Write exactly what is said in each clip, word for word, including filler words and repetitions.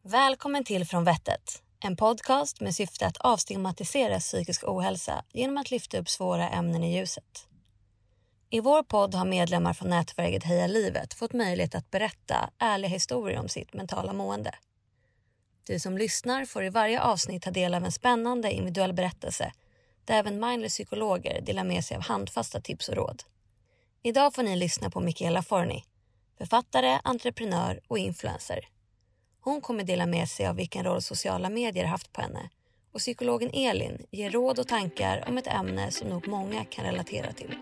Välkommen till Från Vettet, en podcast med syfte att avstigmatisera psykisk ohälsa genom att lyfta upp svåra ämnen i ljuset. I vår podd har medlemmar från nätverket Heja Livet fått möjlighet att berätta ärliga historier om sitt mentala mående. Du som lyssnar får i varje avsnitt ta del av en spännande individuell berättelse där även mindless psykologer delar med sig av handfasta tips och råd. Idag får ni lyssna på Michaela Forni, författare, entreprenör och influencer. Hon kommer dela med sig av vilken roll sociala medier haft på henne, och psykologen Elin ger råd och tankar om ett ämne som nog många kan relatera till.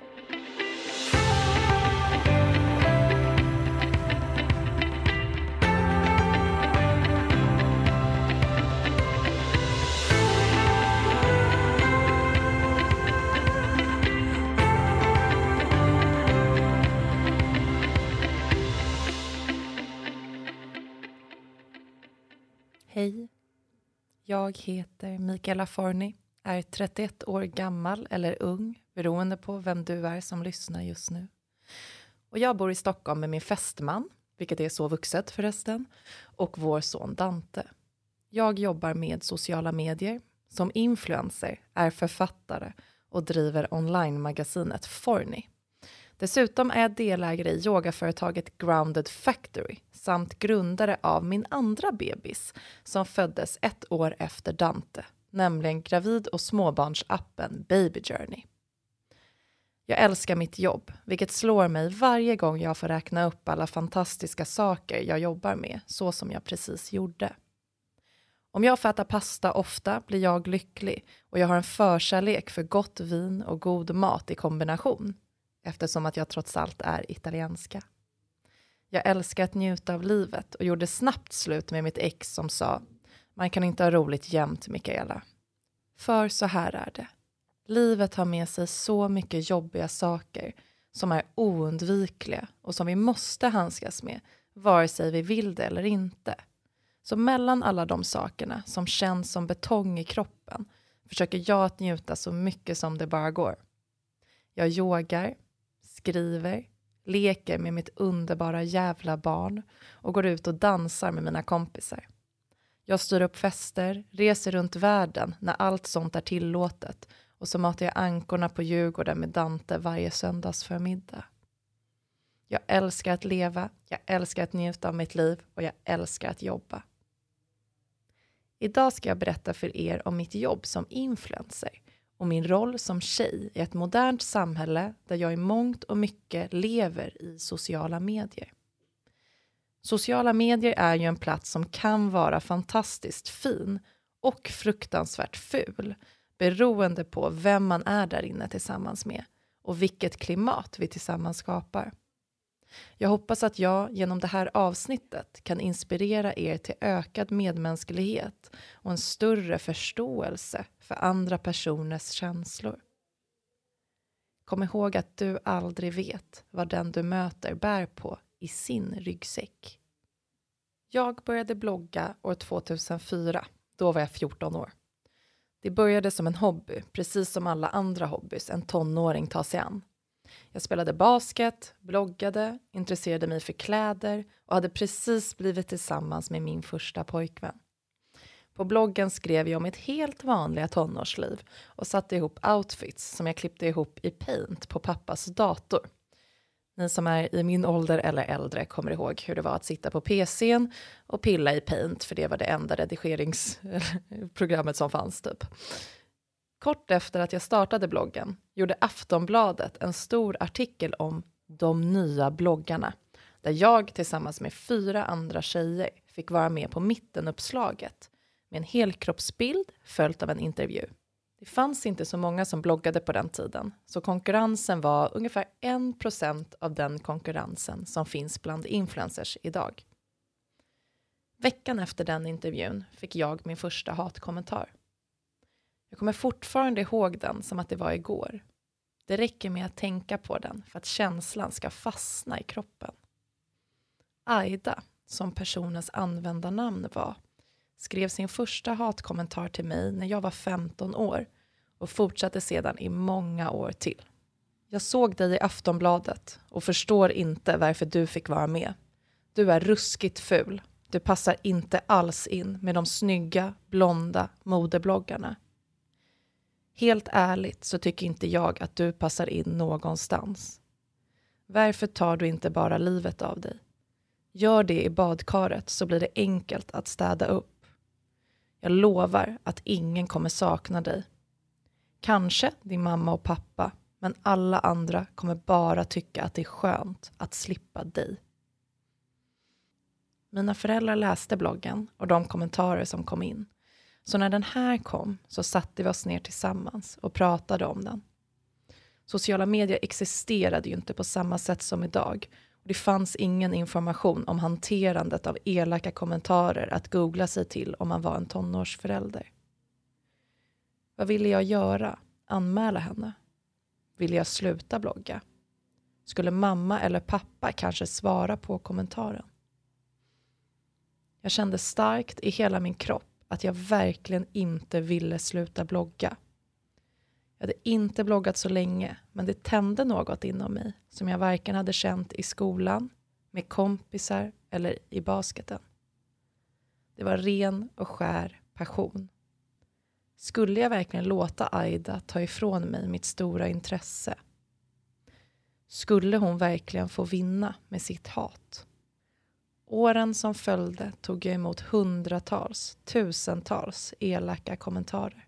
Hej, jag heter Michaela Forni, är trettioett år gammal eller ung, beroende på vem du är som lyssnar just nu. Och jag bor i Stockholm med min fästman, vilket är så vuxet förresten, och vår son Dante. Jag jobbar med sociala medier, som influencer, är författare och driver online-magasinet Forni. Dessutom är jag delägare i yogaföretaget Grounded Factory samt grundare av min andra bebis som föddes ett år efter Dante, nämligen gravid- och småbarnsappen Baby Journey. Jag älskar mitt jobb, vilket slår mig varje gång jag får räkna upp alla fantastiska saker jag jobbar med, så som jag precis gjorde. Om jag får äta pasta ofta blir jag lycklig och jag har en förkärlek för gott vin och god mat i kombination. Eftersom att jag trots allt är italienska. Jag älskar att njuta av livet och gjorde snabbt slut med mitt ex som sa: man kan inte ha roligt jämt, Michaela. För så här är det. Livet har med sig så mycket jobbiga saker som är oundvikliga och som vi måste handskas med, vare sig vi vill det eller inte. Så mellan alla de sakerna som känns som betong i kroppen försöker jag att njuta så mycket som det bara går. Jag yogar, skriver, leker med mitt underbara jävla barn och går ut och dansar med mina kompisar. Jag styr upp fester, reser runt världen när allt sånt är tillåtet och så matar jag ankorna på Djurgården med Dante varje söndags förmiddag. Jag älskar att leva, jag älskar att njuta av mitt liv och jag älskar att jobba. Idag ska jag berätta för er om mitt jobb som influencer. Och min roll som tjej i ett modernt samhälle där jag i mångt och mycket lever i sociala medier. Sociala medier är ju en plats som kan vara fantastiskt fin och fruktansvärt ful, beroende på vem man är där inne tillsammans med och vilket klimat vi tillsammans skapar. Jag hoppas att jag genom det här avsnittet kan inspirera er till ökad medmänsklighet och en större förståelse för andra personers känslor. Kom ihåg att du aldrig vet vad den du möter bär på i sin ryggsäck. Jag började blogga år tvåtusenfyra, då var jag fjorton år. Det började som en hobby, precis som alla andra hobbys en tonåring tar sig an. Jag spelade basket, bloggade, intresserade mig för kläder och hade precis blivit tillsammans med min första pojkvän. På bloggen skrev jag om ett helt vanliga tonårsliv och satte ihop outfits som jag klippte ihop i Paint på pappas dator. Ni som är i min ålder eller äldre kommer ihåg hur det var att sitta på P C:n och pilla i Paint, för det var det enda redigeringsprogrammet som fanns typ. Kort efter att jag startade bloggen gjorde Aftonbladet en stor artikel om de nya bloggarna. Där jag tillsammans med fyra andra tjejer fick vara med på mittenuppslaget. Med en helkroppsbild följt av en intervju. Det fanns inte så många som bloggade på den tiden. Så konkurrensen var ungefär en procent av den konkurrensen som finns bland influencers idag. Veckan efter den intervjun fick jag min första hatkommentar. Jag kommer fortfarande ihåg den som att det var igår. Det räcker med att tänka på den för att känslan ska fastna i kroppen. Aida, som personens användarnamn var, skrev sin första hatkommentar till mig när jag var femton år och fortsatte sedan i många år till. Jag såg dig i Aftonbladet och förstår inte varför du fick vara med. Du är ruskigt ful. Du passar inte alls in med de snygga, blonda modebloggarna. Helt ärligt så tycker inte jag att du passar in någonstans. Varför tar du inte bara livet av dig? Gör det i badkaret så blir det enkelt att städa upp. Jag lovar att ingen kommer sakna dig. Kanske din mamma och pappa, men alla andra kommer bara tycka att det är skönt att slippa dig. Mina föräldrar läste bloggen och de kommentarer som kom in. Så när den här kom så satte vi oss ner tillsammans och pratade om den. Sociala medier existerade ju inte på samma sätt som idag. Och det fanns ingen information om hanterandet av elaka kommentarer att googla sig till om man var en tonårsförälder. Vad ville jag göra? Anmäla henne? Ville jag sluta blogga? Skulle mamma eller pappa kanske svara på kommentaren? Jag kände starkt i hela min kropp att jag verkligen inte ville sluta blogga. Jag hade inte bloggat så länge, men det tände något inom mig som jag varken hade känt i skolan, med kompisar eller i basketen. Det var ren och skär passion. Skulle jag verkligen låta Aida ta ifrån mig mitt stora intresse? Skulle hon verkligen få vinna med sitt hat? Åren som följde tog jag emot hundratals, tusentals elaka kommentarer.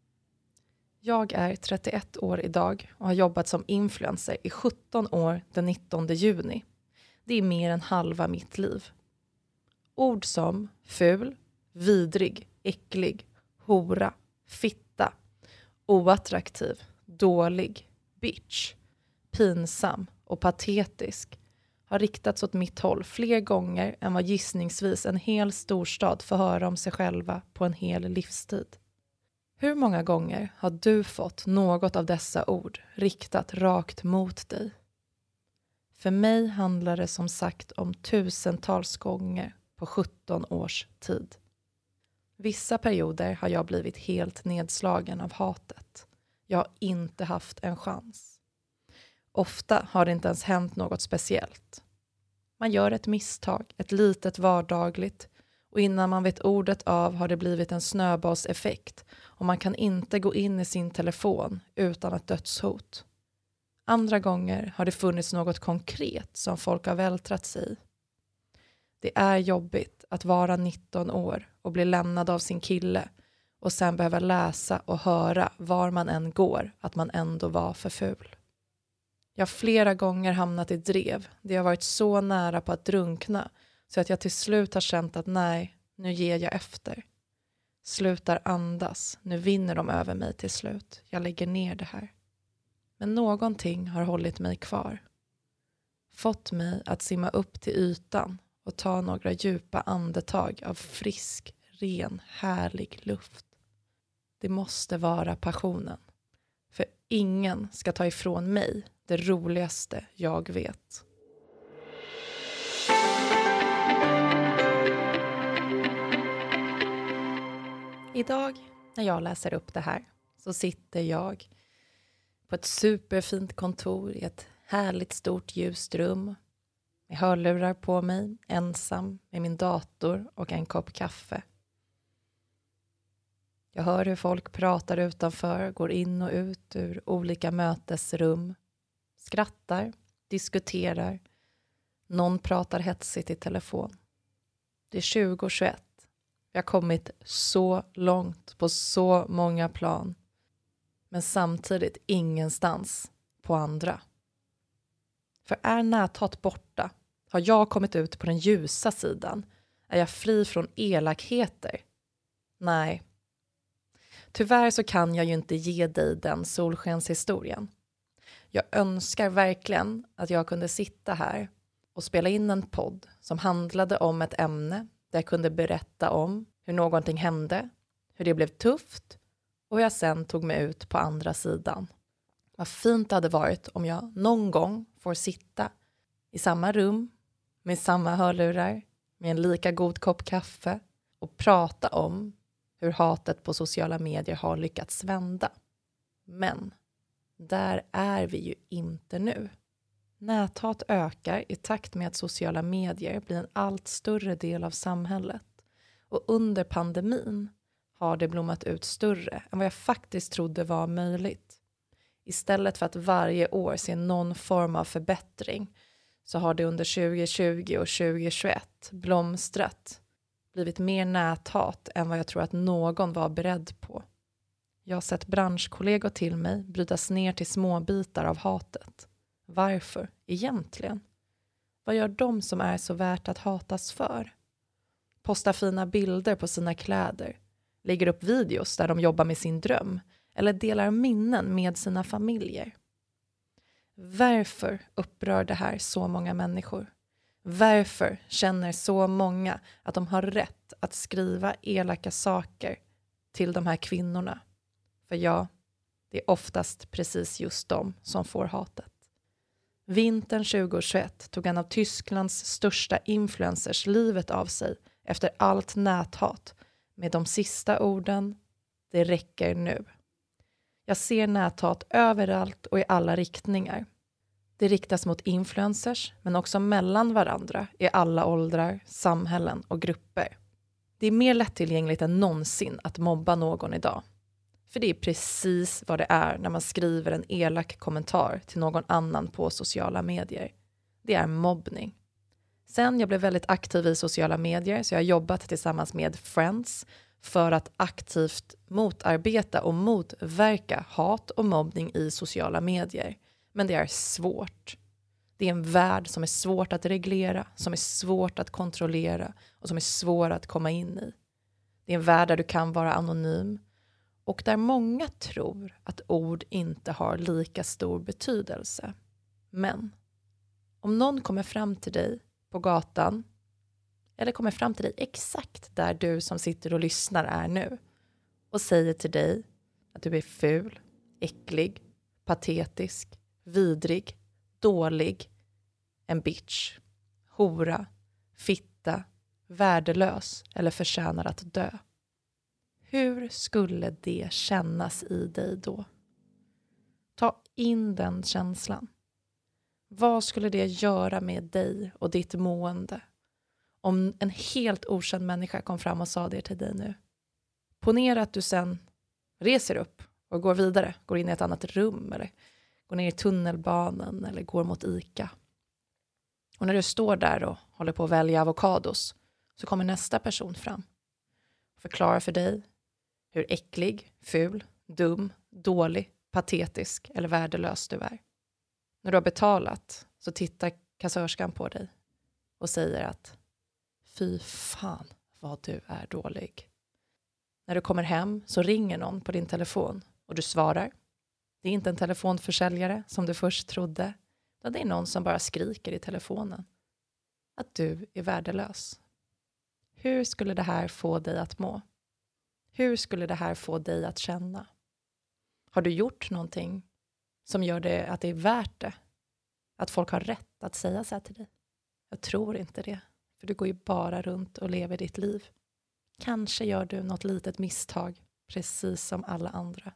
Jag är trettioett år idag och har jobbat som influencer i sjutton år den nittonde juni. Det är mer än halva mitt liv. Ord som ful, vidrig, äcklig, hora, fitta, oattraktiv, dålig, bitch, pinsam och patetisk har riktats åt mitt håll fler gånger än vad gissningsvis en hel storstad får höra om sig själva på en hel livstid. Hur många gånger har du fått något av dessa ord riktat rakt mot dig? För mig handlar det som sagt om tusentals gånger på sjutton års tid. Vissa perioder har jag blivit helt nedslagen av hatet. Jag har inte haft en chans. Ofta har det inte ens hänt något speciellt. Man gör ett misstag, ett litet vardagligt, och innan man vet ordet av har det blivit en snöbollseffekt och man kan inte gå in i sin telefon utan ett dödshot. Andra gånger har det funnits något konkret som folk har vältrat sig i. Det är jobbigt att vara nitton år och bli lämnad av sin kille och sen behöva läsa och höra var man än går att man ändå var för ful. Jag har flera gånger hamnat i drev där jag varit så nära på att drunkna så att jag till slut har känt att nej, nu ger jag efter. Slutar andas, nu vinner de över mig till slut. Jag lägger ner det här. Men någonting har hållit mig kvar. Fått mig att simma upp till ytan och ta några djupa andetag av frisk, ren, härlig luft. Det måste vara passionen. För ingen ska ta ifrån mig det roligaste jag vet. Idag när jag läser upp det här så sitter jag på ett superfint kontor i ett härligt stort ljust rum med hörlurar på mig, ensam med min dator och en kopp kaffe. Jag hör hur folk pratar utanför, går in och ut ur olika mötesrum, skrattar, diskuterar. Någon pratar hetsigt i telefon. Det är tjugo tjugoett. Jag har kommit så långt på så många plan. Men samtidigt ingenstans på andra. För är näthat borta? Har jag kommit ut på den ljusa sidan? Är jag fri från elakheter? Nej. Tyvärr så kan jag ju inte ge dig den solskenshistorien. Jag önskar verkligen att jag kunde sitta här och spela in en podd som handlade om ett ämne där jag kunde berätta om hur någonting hände, hur det blev tufft och hur jag sen tog mig ut på andra sidan. Vad fint det hade varit om jag någon gång får sitta i samma rum med samma hörlurar, med en lika god kopp kaffe och prata om hur hatet på sociala medier har lyckats vända. Men där är vi ju inte nu. Näthat ökar i takt med att sociala medier blir en allt större del av samhället. Och under pandemin har det blommat ut större än vad jag faktiskt trodde var möjligt. Istället för att varje år se någon form av förbättring så har det under tjugo tjugo och tjugo tjugoett blomstrat. Blivit mer näthat än vad jag tror att någon var beredd på. Jag har sett branschkollegor till mig brytas ner till små bitar av hatet. Varför egentligen? Vad gör de som är så värt att hatas för? Posta fina bilder på sina kläder. Lägger upp videos där de jobbar med sin dröm. Eller delar minnen med sina familjer. Varför upprör det här så många människor? Varför känner så många att de har rätt att skriva elaka saker till de här kvinnorna? För ja, det är oftast precis just de som får hatet. Vintern tjugo tjugoett tog en av Tysklands största influencers livet av sig efter allt näthat med de sista orden: det räcker nu. Jag ser näthat överallt och i alla riktningar. Det riktas mot influencers men också mellan varandra i alla åldrar, samhällen och grupper. Det är mer lättillgängligt än någonsin att mobba någon idag. För det är precis vad det är när man skriver en elak kommentar till någon annan på sociala medier. Det är mobbning. Sen jag blev väldigt aktiv i sociala medier så jag har jobbat tillsammans med Friends för att aktivt motarbeta och motverka hat och mobbning i sociala medier. Men det är svårt. Det är en värld som är svårt att reglera, som är svårt att kontrollera och som är svår att komma in i. Det är en värld där du kan vara anonym och där många tror att ord inte har lika stor betydelse. Men om någon kommer fram till dig på gatan eller kommer fram till dig exakt där du som sitter och lyssnar är nu och säger till dig att du är ful, äcklig, patetisk, vidrig, dålig, en bitch, hora, fitta, värdelös eller förtjänar att dö. Hur skulle det kännas i dig då? Ta in den känslan. Vad skulle det göra med dig och ditt mående om en helt okänd människa kom fram och sa det till dig nu? Ponera att du sen reser upp och går vidare, går in i ett annat rum eller går ner i tunnelbanan eller går mot Ica. Och när du står där och håller på att välja avokados så kommer nästa person fram och förklarar för dig hur äcklig, ful, dum, dålig, patetisk eller värdelös du är. När du har betalat så tittar kassörskan på dig och säger att fy fan vad du är dålig. När du kommer hem så ringer någon på din telefon och du svarar. Det är inte en telefonförsäljare som du först trodde. Det är någon som bara skriker i telefonen att du är värdelös. Hur skulle det här få dig att må? Hur skulle det här få dig att känna? Har du gjort någonting som gör det att det är värt det? Att folk har rätt att säga så här till dig? Jag tror inte det. För du går ju bara runt och lever ditt liv. Kanske gör du något litet misstag, precis som alla andra.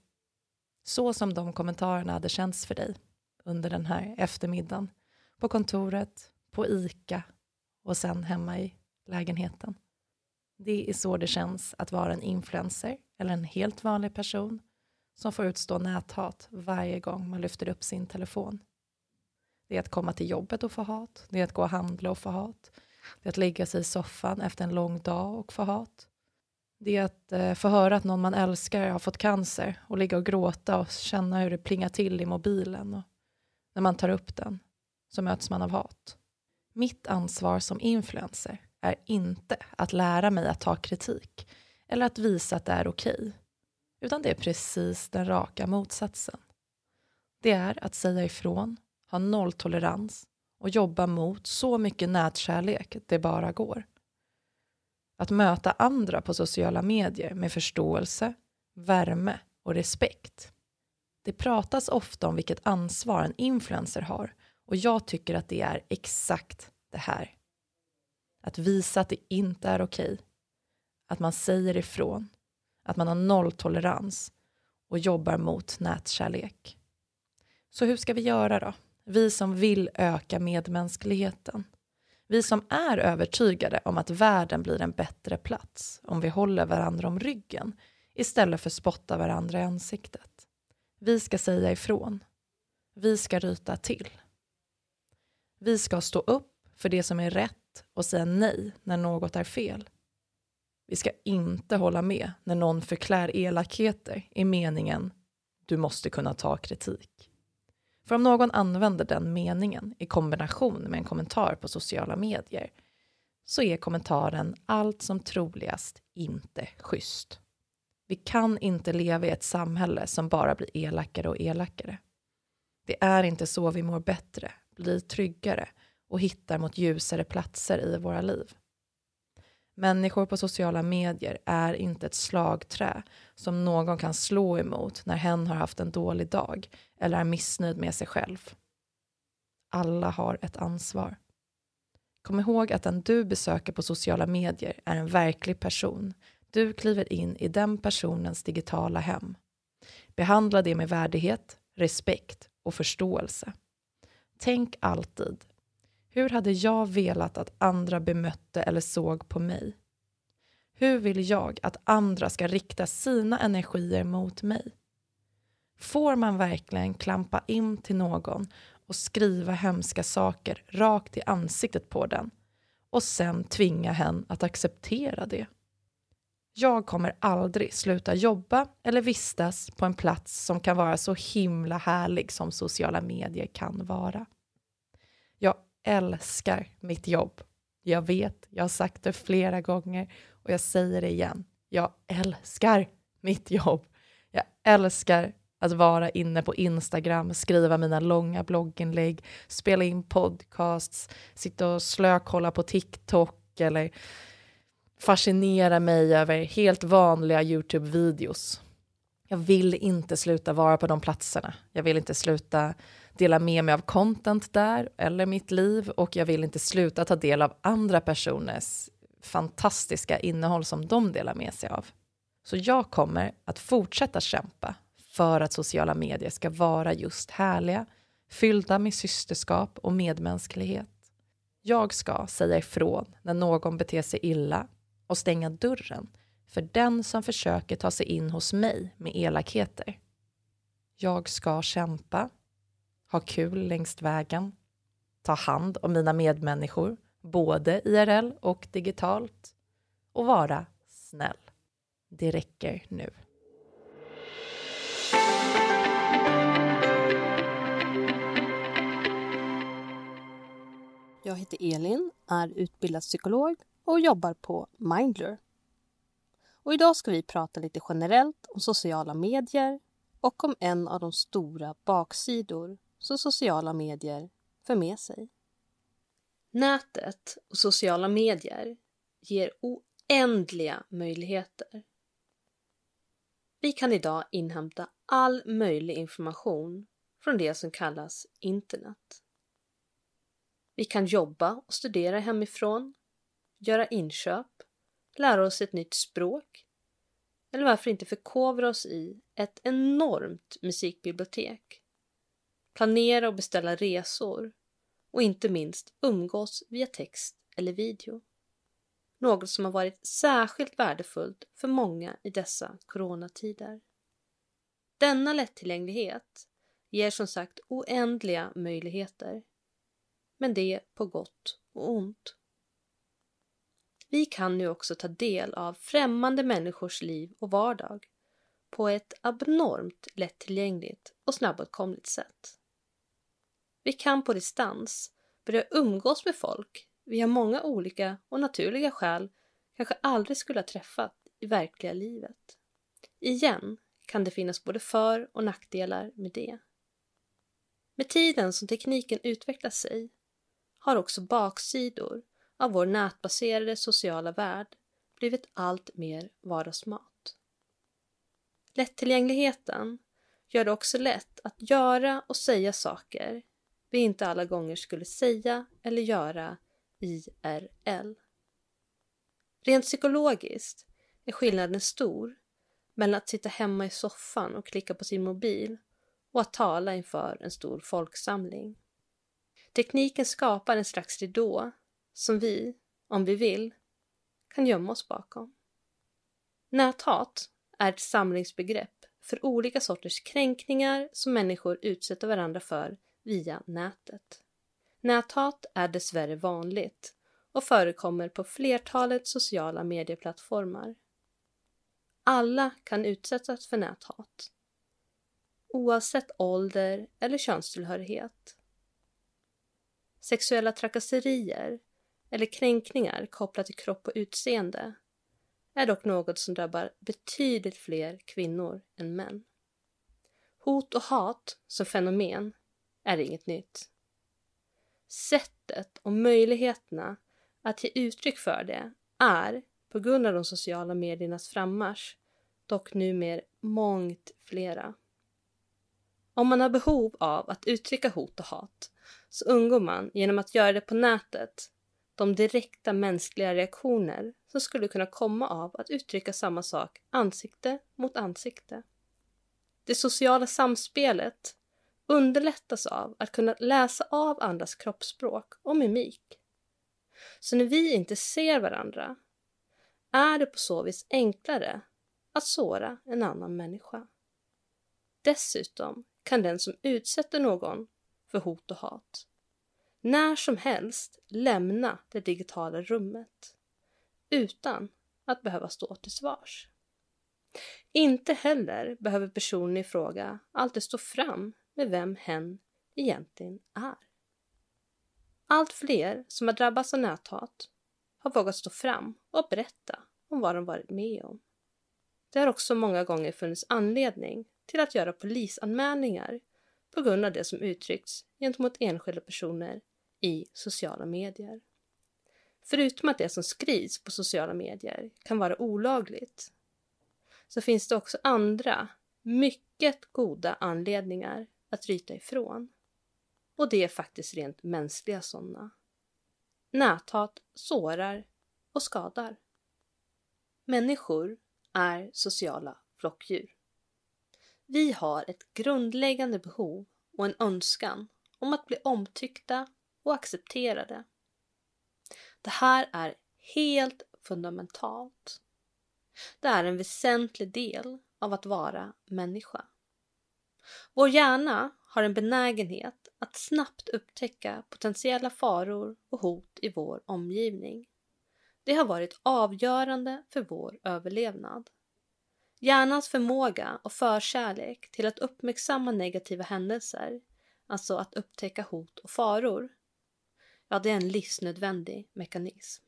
Så som de kommentarerna hade känts för dig under den här eftermiddagen. På kontoret, på Ica och sen hemma i lägenheten. Det är så det känns att vara en influencer eller en helt vanlig person som får utstå näthat varje gång man lyfter upp sin telefon. Det är att komma till jobbet och få hat. Det är att gå och handla och få hat. Det är att lägga sig i soffan efter en lång dag och få hat. Det är att eh, få höra att någon man älskar har fått cancer och ligga och gråta och känna hur det plingar till i mobilen. Och när man tar upp den så möts man av hat. Mitt ansvar som influencer är inte att lära mig att ta kritik eller att visa att det är okej. Utan det är precis den raka motsatsen. Det är att säga ifrån, ha nolltolerans och jobba mot så mycket nätkärlek det bara går. Att möta andra på sociala medier med förståelse, värme och respekt. Det pratas ofta om vilket ansvar en influencer har och jag tycker att det är exakt det här. Att visa att det inte är okej. Att man säger ifrån. Att man har nolltolerans och jobbar mot nätkärlek. Så hur ska vi göra då? Vi som vill öka medmänskligheten. Vi som är övertygade om att världen blir en bättre plats om vi håller varandra om ryggen istället för spotta varandra i ansiktet. Vi ska säga ifrån. Vi ska ryta till. Vi ska stå upp för det som är rätt och säga nej när något är fel. Vi ska inte hålla med när någon förklär elakheter i meningen du måste kunna ta kritik. För om någon använder den meningen i kombination med en kommentar på sociala medier så är kommentaren allt som troligast inte schysst. Vi kan inte leva i ett samhälle som bara blir elakare och elakare. Det är inte så vi mår bättre, blir tryggare och hittar mot ljusare platser i våra liv. Människor på sociala medier är inte ett slagträ som någon kan slå emot när hen har haft en dålig dag eller är missnöjd med sig själv. Alla har ett ansvar. Kom ihåg att den du besöker på sociala medier är en verklig person. Du kliver in i den personens digitala hem. Behandla det med värdighet, respekt och förståelse. Tänk alltid. Hur hade jag velat att andra bemötte eller såg på mig? Hur vill jag att andra ska rikta sina energier mot mig? Får man verkligen klampa in till någon och skriva hemska saker rakt i ansiktet på den och sen tvinga hen att acceptera det? Jag kommer aldrig sluta jobba eller vistas på en plats som kan vara så himla härlig som sociala medier kan vara. Jag älskar mitt jobb. Jag vet, jag har sagt det flera gånger och jag säger det igen. Jag älskar mitt jobb. Jag älskar att vara inne på Instagram, skriva mina långa blogginlägg, spela in podcasts, sitta och slökolla på TikTok eller fascinera mig över helt vanliga YouTube-videos. Jag vill inte sluta vara på de platserna. Jag vill inte sluta dela med mig av content där eller mitt liv och jag vill inte sluta ta del av andra personers fantastiska innehåll som de delar med sig av. Så jag kommer att fortsätta kämpa för att sociala medier ska vara just härliga, fyllda med systerskap och medmänsklighet. Jag ska säga ifrån när någon beter sig illa och stänga dörren för den som försöker ta sig in hos mig med elakheter. Jag ska kämpa, ha kul längst vägen, ta hand om mina medmänniskor, både I R L och digitalt, och vara snäll. Det räcker nu. Jag heter Elin, är utbildad psykolog och jobbar på Mindler. Och idag ska vi prata lite generellt om sociala medier och om en av de stora baksidor som sociala medier för med sig. Nätet och sociala medier ger oändliga möjligheter. Vi kan idag inhämta all möjlig information från det som kallas internet. Vi kan jobba och studera hemifrån, göra inköp, lära oss ett nytt språk eller varför inte förkovra oss i ett enormt musikbibliotek, planera och beställa resor och inte minst umgås via text eller video. Något som har varit särskilt värdefullt för många i dessa coronatider. Denna lättillgänglighet ger som sagt oändliga möjligheter, men det på gott och ont. Vi kan nu också ta del av främmande människors liv och vardag på ett abnormt lättillgängligt och snabbåtkomligt sätt. Vi kan på distans börja umgås med folk vi har många olika och naturliga skäl kanske aldrig skulle ha träffat i verkliga livet. Igen kan det finnas både för- och nackdelar med det. Med tiden som tekniken utvecklar sig har också baksidor av vår nätbaserade sociala värld blivit allt mer vardagsmat. Lättillgängligheten gör det också lätt att göra och säga saker vi inte alla gånger skulle säga eller göra I R L. Rent psykologiskt är skillnaden stor mellan att sitta hemma i soffan och klicka på sin mobil och att tala inför en stor folksamling. Tekniken skapar en slags ridå som vi, om vi vill, kan gömma oss bakom. Näthat är ett samlingsbegrepp för olika sorters kränkningar som människor utsätter varandra för via nätet. Näthat är dessvärre vanligt och förekommer på flertalet sociala medieplattformar. Alla kan utsättas för näthat, oavsett ålder eller könstillhörighet. Sexuella trakasserier eller kränkningar kopplat till kropp och utseende är dock något som drabbar betydligt fler kvinnor än män. Hot och hat som fenomen är inget nytt. Sättet och möjligheterna att ge uttryck för det är, på grund av de sociala mediernas frammarsch, dock numera mångt flera. Om man har behov av att uttrycka hot och hat så undgår man genom att göra det på nätet de direkta mänskliga reaktioner som skulle kunna komma av att uttrycka samma sak ansikte mot ansikte. Det sociala samspelet underlättas av att kunna läsa av andras kroppsspråk och mimik. Så när vi inte ser varandra är det på så vis enklare att såra en annan människa. Dessutom kan den som utsätter någon för hot och hat när som helst lämna det digitala rummet utan att behöva stå till svars. Inte heller behöver personen i fråga alltid stå fram med vem hen egentligen är. Allt fler som har drabbats av näthat har vågat stå fram och berätta om vad de varit med om. Det har också många gånger funnits anledning till att göra polisanmälningar på grund av det som uttryckts gentemot enskilda personer i sociala medier. Förutom att det som skrivs på sociala medier kan vara olagligt, så finns det också andra, mycket goda anledningar att ryta ifrån. Och det är faktiskt rent mänskliga sådana. Näthat sårar och skadar. Människor är sociala flockdjur. Vi har ett grundläggande behov och en önskan om att bli omtyckta och accepterade. Det här är helt fundamentalt. Det är en väsentlig del av att vara människa. Vår hjärna har en benägenhet att snabbt upptäcka potentiella faror och hot i vår omgivning. Det har varit avgörande för vår överlevnad. Hjärnans förmåga och förkärlek till att uppmärksamma negativa händelser, alltså att upptäcka hot och faror, ja, det är en livsnödvändig mekanism.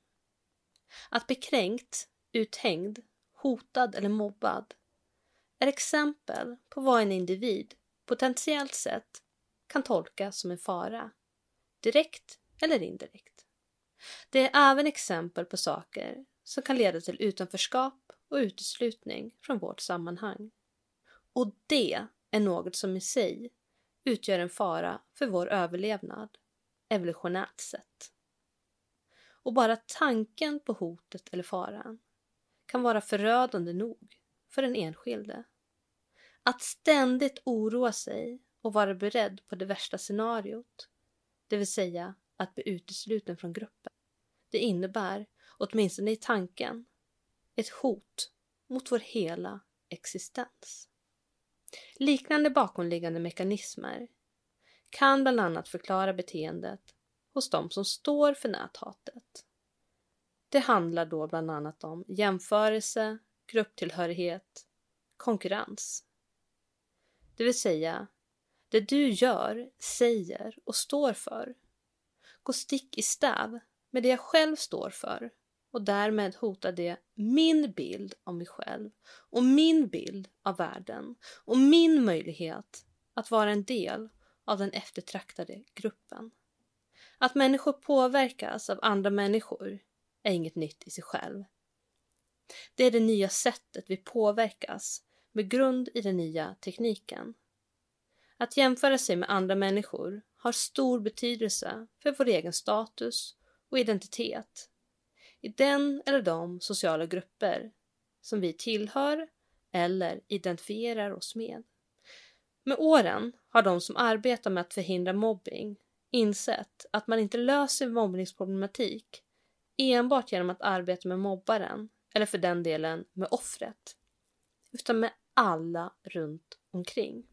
Att bli kränkt, uthängd, hotad eller mobbad är exempel på vad en individ potentiellt sett kan tolkas som en fara, direkt eller indirekt. Det är även exempel på saker som kan leda till utanförskap och uteslutning från vårt sammanhang. Och det är något som i sig utgör en fara för vår överlevnad, evolutionärt sett. Och bara tanken på hotet eller faran kan vara förödande nog för den enskilde. Att ständigt oroa sig och vara beredd på det värsta scenariot, det vill säga att bli utesluten från gruppen, det innebär, åtminstone i tanken, ett hot mot vår hela existens. Liknande bakomliggande mekanismer kan bland annat förklara beteendet hos de som står för näthatet. Det handlar då bland annat om jämförelse, grupptillhörighet, konkurrens. Det vill säga, det du gör, säger och står för går stick i stäv med det jag själv står för och därmed hotar det min bild av mig själv och min bild av världen och min möjlighet att vara en del av den eftertraktade gruppen. Att människor påverkas av andra människor är inget nytt i sig själv. Det är det nya sättet vi påverkas med grund i den nya tekniken. Att jämföra sig med andra människor har stor betydelse för vår egen status och identitet i den eller de sociala grupper som vi tillhör eller identifierar oss med. Med åren har de som arbetar med att förhindra mobbing insett att man inte löser mobbningsproblematik enbart genom att arbeta med mobbaren, eller för den delen med offret, utan med alla runt omkring.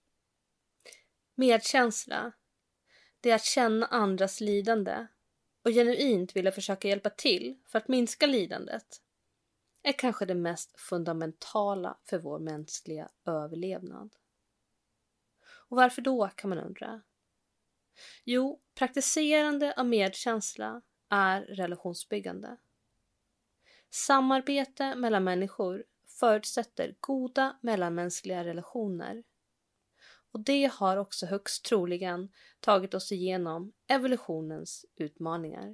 Medkänsla, det är att känna andras lidande och genuint vilja försöka hjälpa till för att minska lidandet, är kanske det mest fundamentala för vår mänskliga överlevnad. Och varför då, kan man undra? Jo, praktiserande av medkänsla är relationsbyggande. Samarbete mellan människor förutsätter goda mellanmänskliga relationer. Och det har också högst troligen tagit oss igenom evolutionens utmaningar.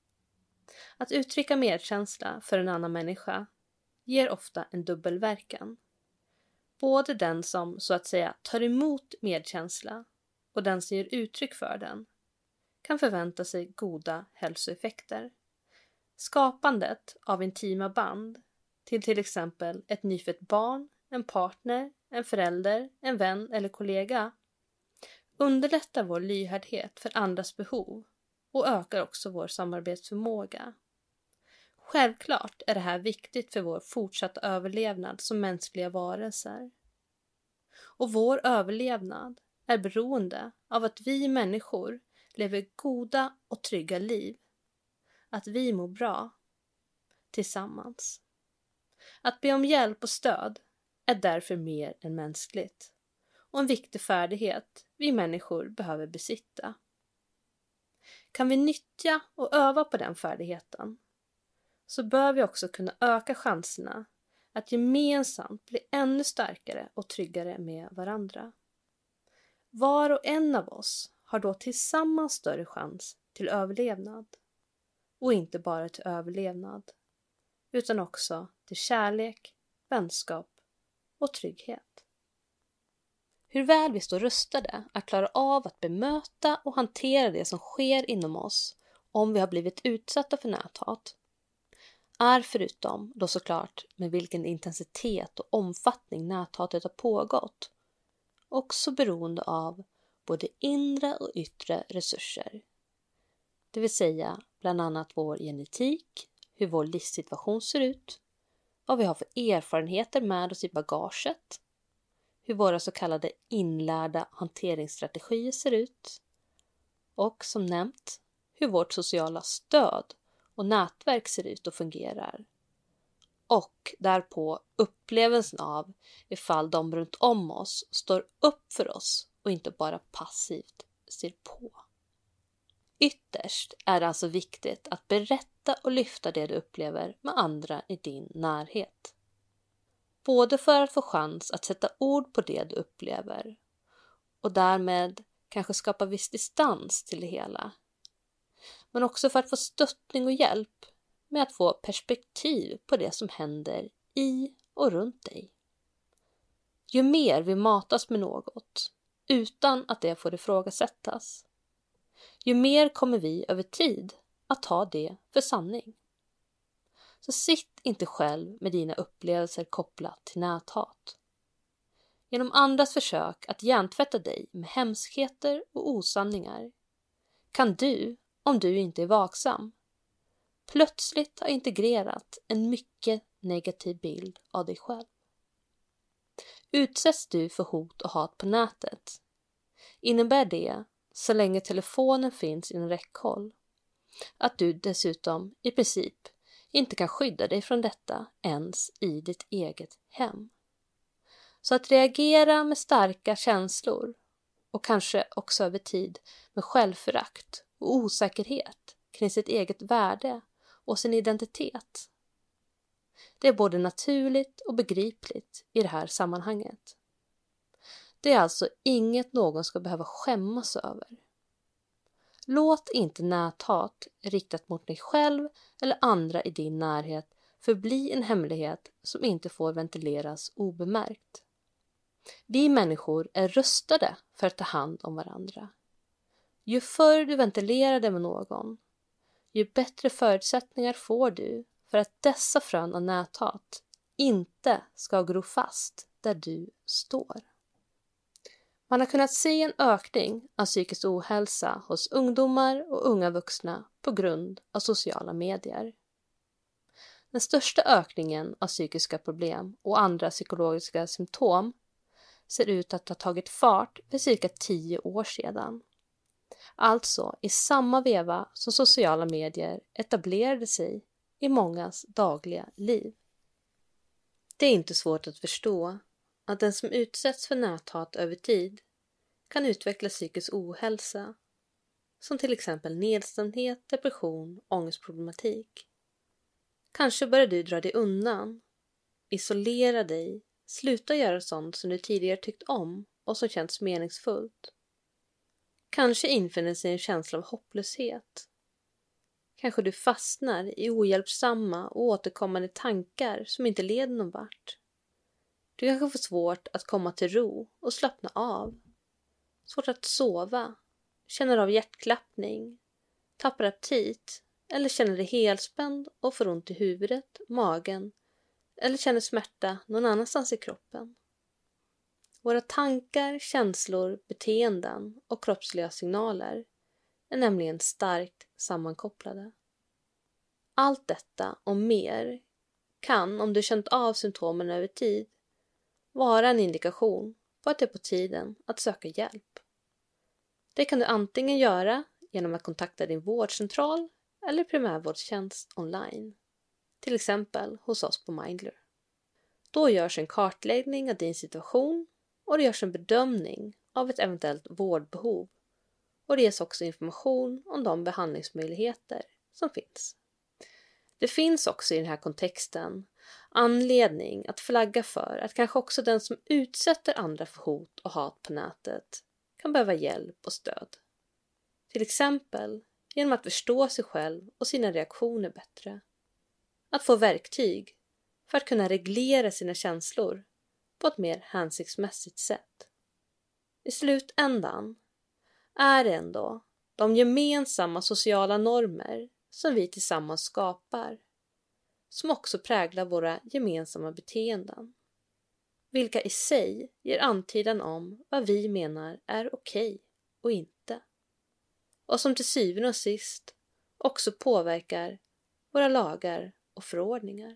Att uttrycka medkänsla för en annan människa ger ofta en dubbelverkan. Både den som så att säga tar emot medkänsla och den som ger uttryck för den kan förvänta sig goda hälsoeffekter. Skapandet av intima band till till exempel ett nyfött barn, en partner, en förälder, en vän eller kollega underlättar vår lyhördhet för andras behov och ökar också vår samarbetsförmåga. Självklart är det här viktigt för vår fortsatta överlevnad som mänskliga varelser. Och vår överlevnad är beroende av att vi människor lever goda och trygga liv. Att vi mår bra tillsammans. Att be om hjälp och stöd är därför mer än mänskligt och en viktig färdighet vi människor behöver besitta. Kan vi nyttja och öva på den färdigheten så bör vi också kunna öka chanserna att gemensamt bli ännu starkare och tryggare med varandra. Var och en av oss har då tillsammans större chans till överlevnad. Och inte bara till överlevnad, utan också till kärlek, vänskap och trygghet. Hur väl vi står rustade att klara av att bemöta och hantera det som sker inom oss om vi har blivit utsatta för näthat är, förutom då såklart med vilken intensitet och omfattning näthatet har pågått, också beroende av både inre och yttre resurser. Det vill säga bland annat vår genetik, hur vår livssituation ser ut, vad vi har för erfarenheter med oss i bagaget, hur våra så kallade inlärda hanteringsstrategier ser ut och som nämnt hur vårt sociala stöd och nätverk ser ut och fungerar. Och därpå upplevelsen av ifall de runt om oss står upp för oss och inte bara passivt ser på. Ytterst är det alltså viktigt att berätta och lyfta det du upplever med andra i din närhet. Både för att få chans att sätta ord på det du upplever och därmed kanske skapa viss distans till det hela. Men också för att få stöttning och hjälp med att få perspektiv på det som händer i och runt dig. Ju mer vi matas med något utan att det får ifrågasättas, ju mer kommer vi över tid att ta det för sanning. Så sitt inte själv med dina upplevelser kopplat till näthat. Genom andras försök att hjärntvätta dig med hemskheter och osanningar kan du, om du inte är vaksam, plötsligt ha integrerat en mycket negativ bild av dig själv. Utsätts du för hot och hat på nätet innebär det, så länge telefonen finns inom räckhåll, att du dessutom i princip inte kan skydda dig från detta ens i ditt eget hem. Så att reagera med starka känslor och kanske också över tid med självförakt och osäkerhet kring sitt eget värde och sin identitet. Det är både naturligt och begripligt i det här sammanhanget. Det är alltså inget någon ska behöva skämmas över. Låt inte näthat riktat mot dig själv eller andra i din närhet förbli en hemlighet som inte får ventileras obemärkt. Vi människor är rustade för att ta hand om varandra. Ju förr du ventilerar det med någon, ju bättre förutsättningar får du för att dessa frön av näthat inte ska gro fast där du står. Man har kunnat se en ökning av psykisk ohälsa hos ungdomar och unga vuxna på grund av sociala medier. Den största ökningen av psykiska problem och andra psykologiska symptom ser ut att ha tagit fart för cirka tio år sedan. Alltså i samma veva som sociala medier etablerade sig i mångas dagliga liv. Det är inte svårt att förstå att den som utsätts för näthat över tid kan utveckla psykisk ohälsa, som till exempel nedstämdhet, depression, ångestproblematik. Kanske börjar du dra dig undan, isolera dig, sluta göra sånt som du tidigare tyckt om och som känns meningsfullt. Kanske infinner sig en känsla av hopplöshet. Kanske du fastnar i ohjälpsamma och återkommande tankar som inte leder någon vart. Du kanske får svårt att komma till ro och slappna av. Svårt att sova, känner av hjärtklappning, tappar aptit eller känner dig helspänd och får ont i huvudet, magen eller känner smärta någon annanstans i kroppen. Våra tankar, känslor, beteenden och kroppsliga signaler är nämligen starkt sammankopplade. Allt detta och mer kan, om du känt av symptomen över tid, vara en indikation på att det är på tiden att söka hjälp. Det kan du antingen göra genom att kontakta din vårdcentral eller primärvårdstjänst online, till exempel hos oss på Mindler. Då görs en kartläggning av din situation och det görs en bedömning av ett eventuellt vårdbehov och det ges också information om de behandlingsmöjligheter som finns. Det finns också i den här kontexten anledning att flagga för att kanske också den som utsätter andra för hot och hat på nätet kan behöva hjälp och stöd. Till exempel genom att förstå sig själv och sina reaktioner bättre. Att få verktyg för att kunna reglera sina känslor på ett mer hänsiktsmässigt sätt. I slutändan är det ändå de gemensamma sociala normer som vi tillsammans skapar som också präglar våra gemensamma beteenden. Vilka i sig ger antydan om vad vi menar är okej och inte. Och som till syvende och sist också påverkar våra lagar och förordningar.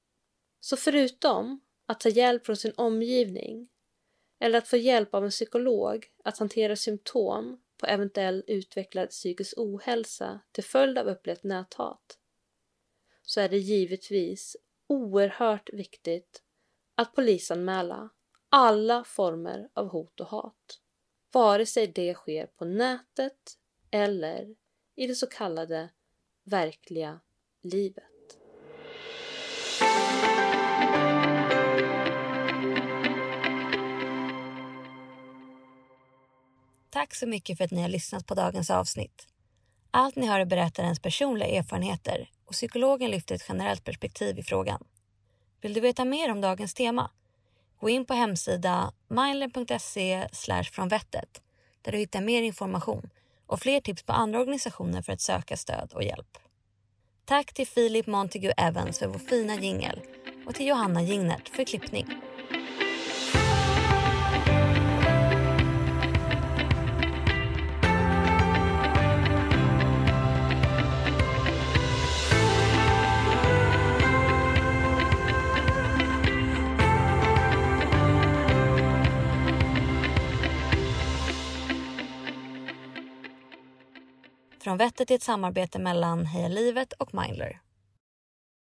Så förutom att ta hjälp från sin omgivning eller att få hjälp av en psykolog att hantera symptom på eventuell utvecklad psykisk ohälsa till följd av upplevt näthat, så är det givetvis oerhört viktigt att polisanmäla alla former av hot och hat, vare sig det sker på nätet eller i det så kallade verkliga livet. Tack så mycket för att ni har lyssnat på dagens avsnitt. Allt ni har är berättarens personliga erfarenheter och psykologen lyfter ett generellt perspektiv i frågan. Vill du veta mer om dagens tema? Gå in på hemsida mindler punkt se slash från vettet där du hittar mer information och fler tips på andra organisationer för att söka stöd och hjälp. Tack till Philip Montague Evans för vår fina jingle och till Johanna Jingnert för klippning. Från vettet är ett samarbete mellan Heja Livet och Mindler.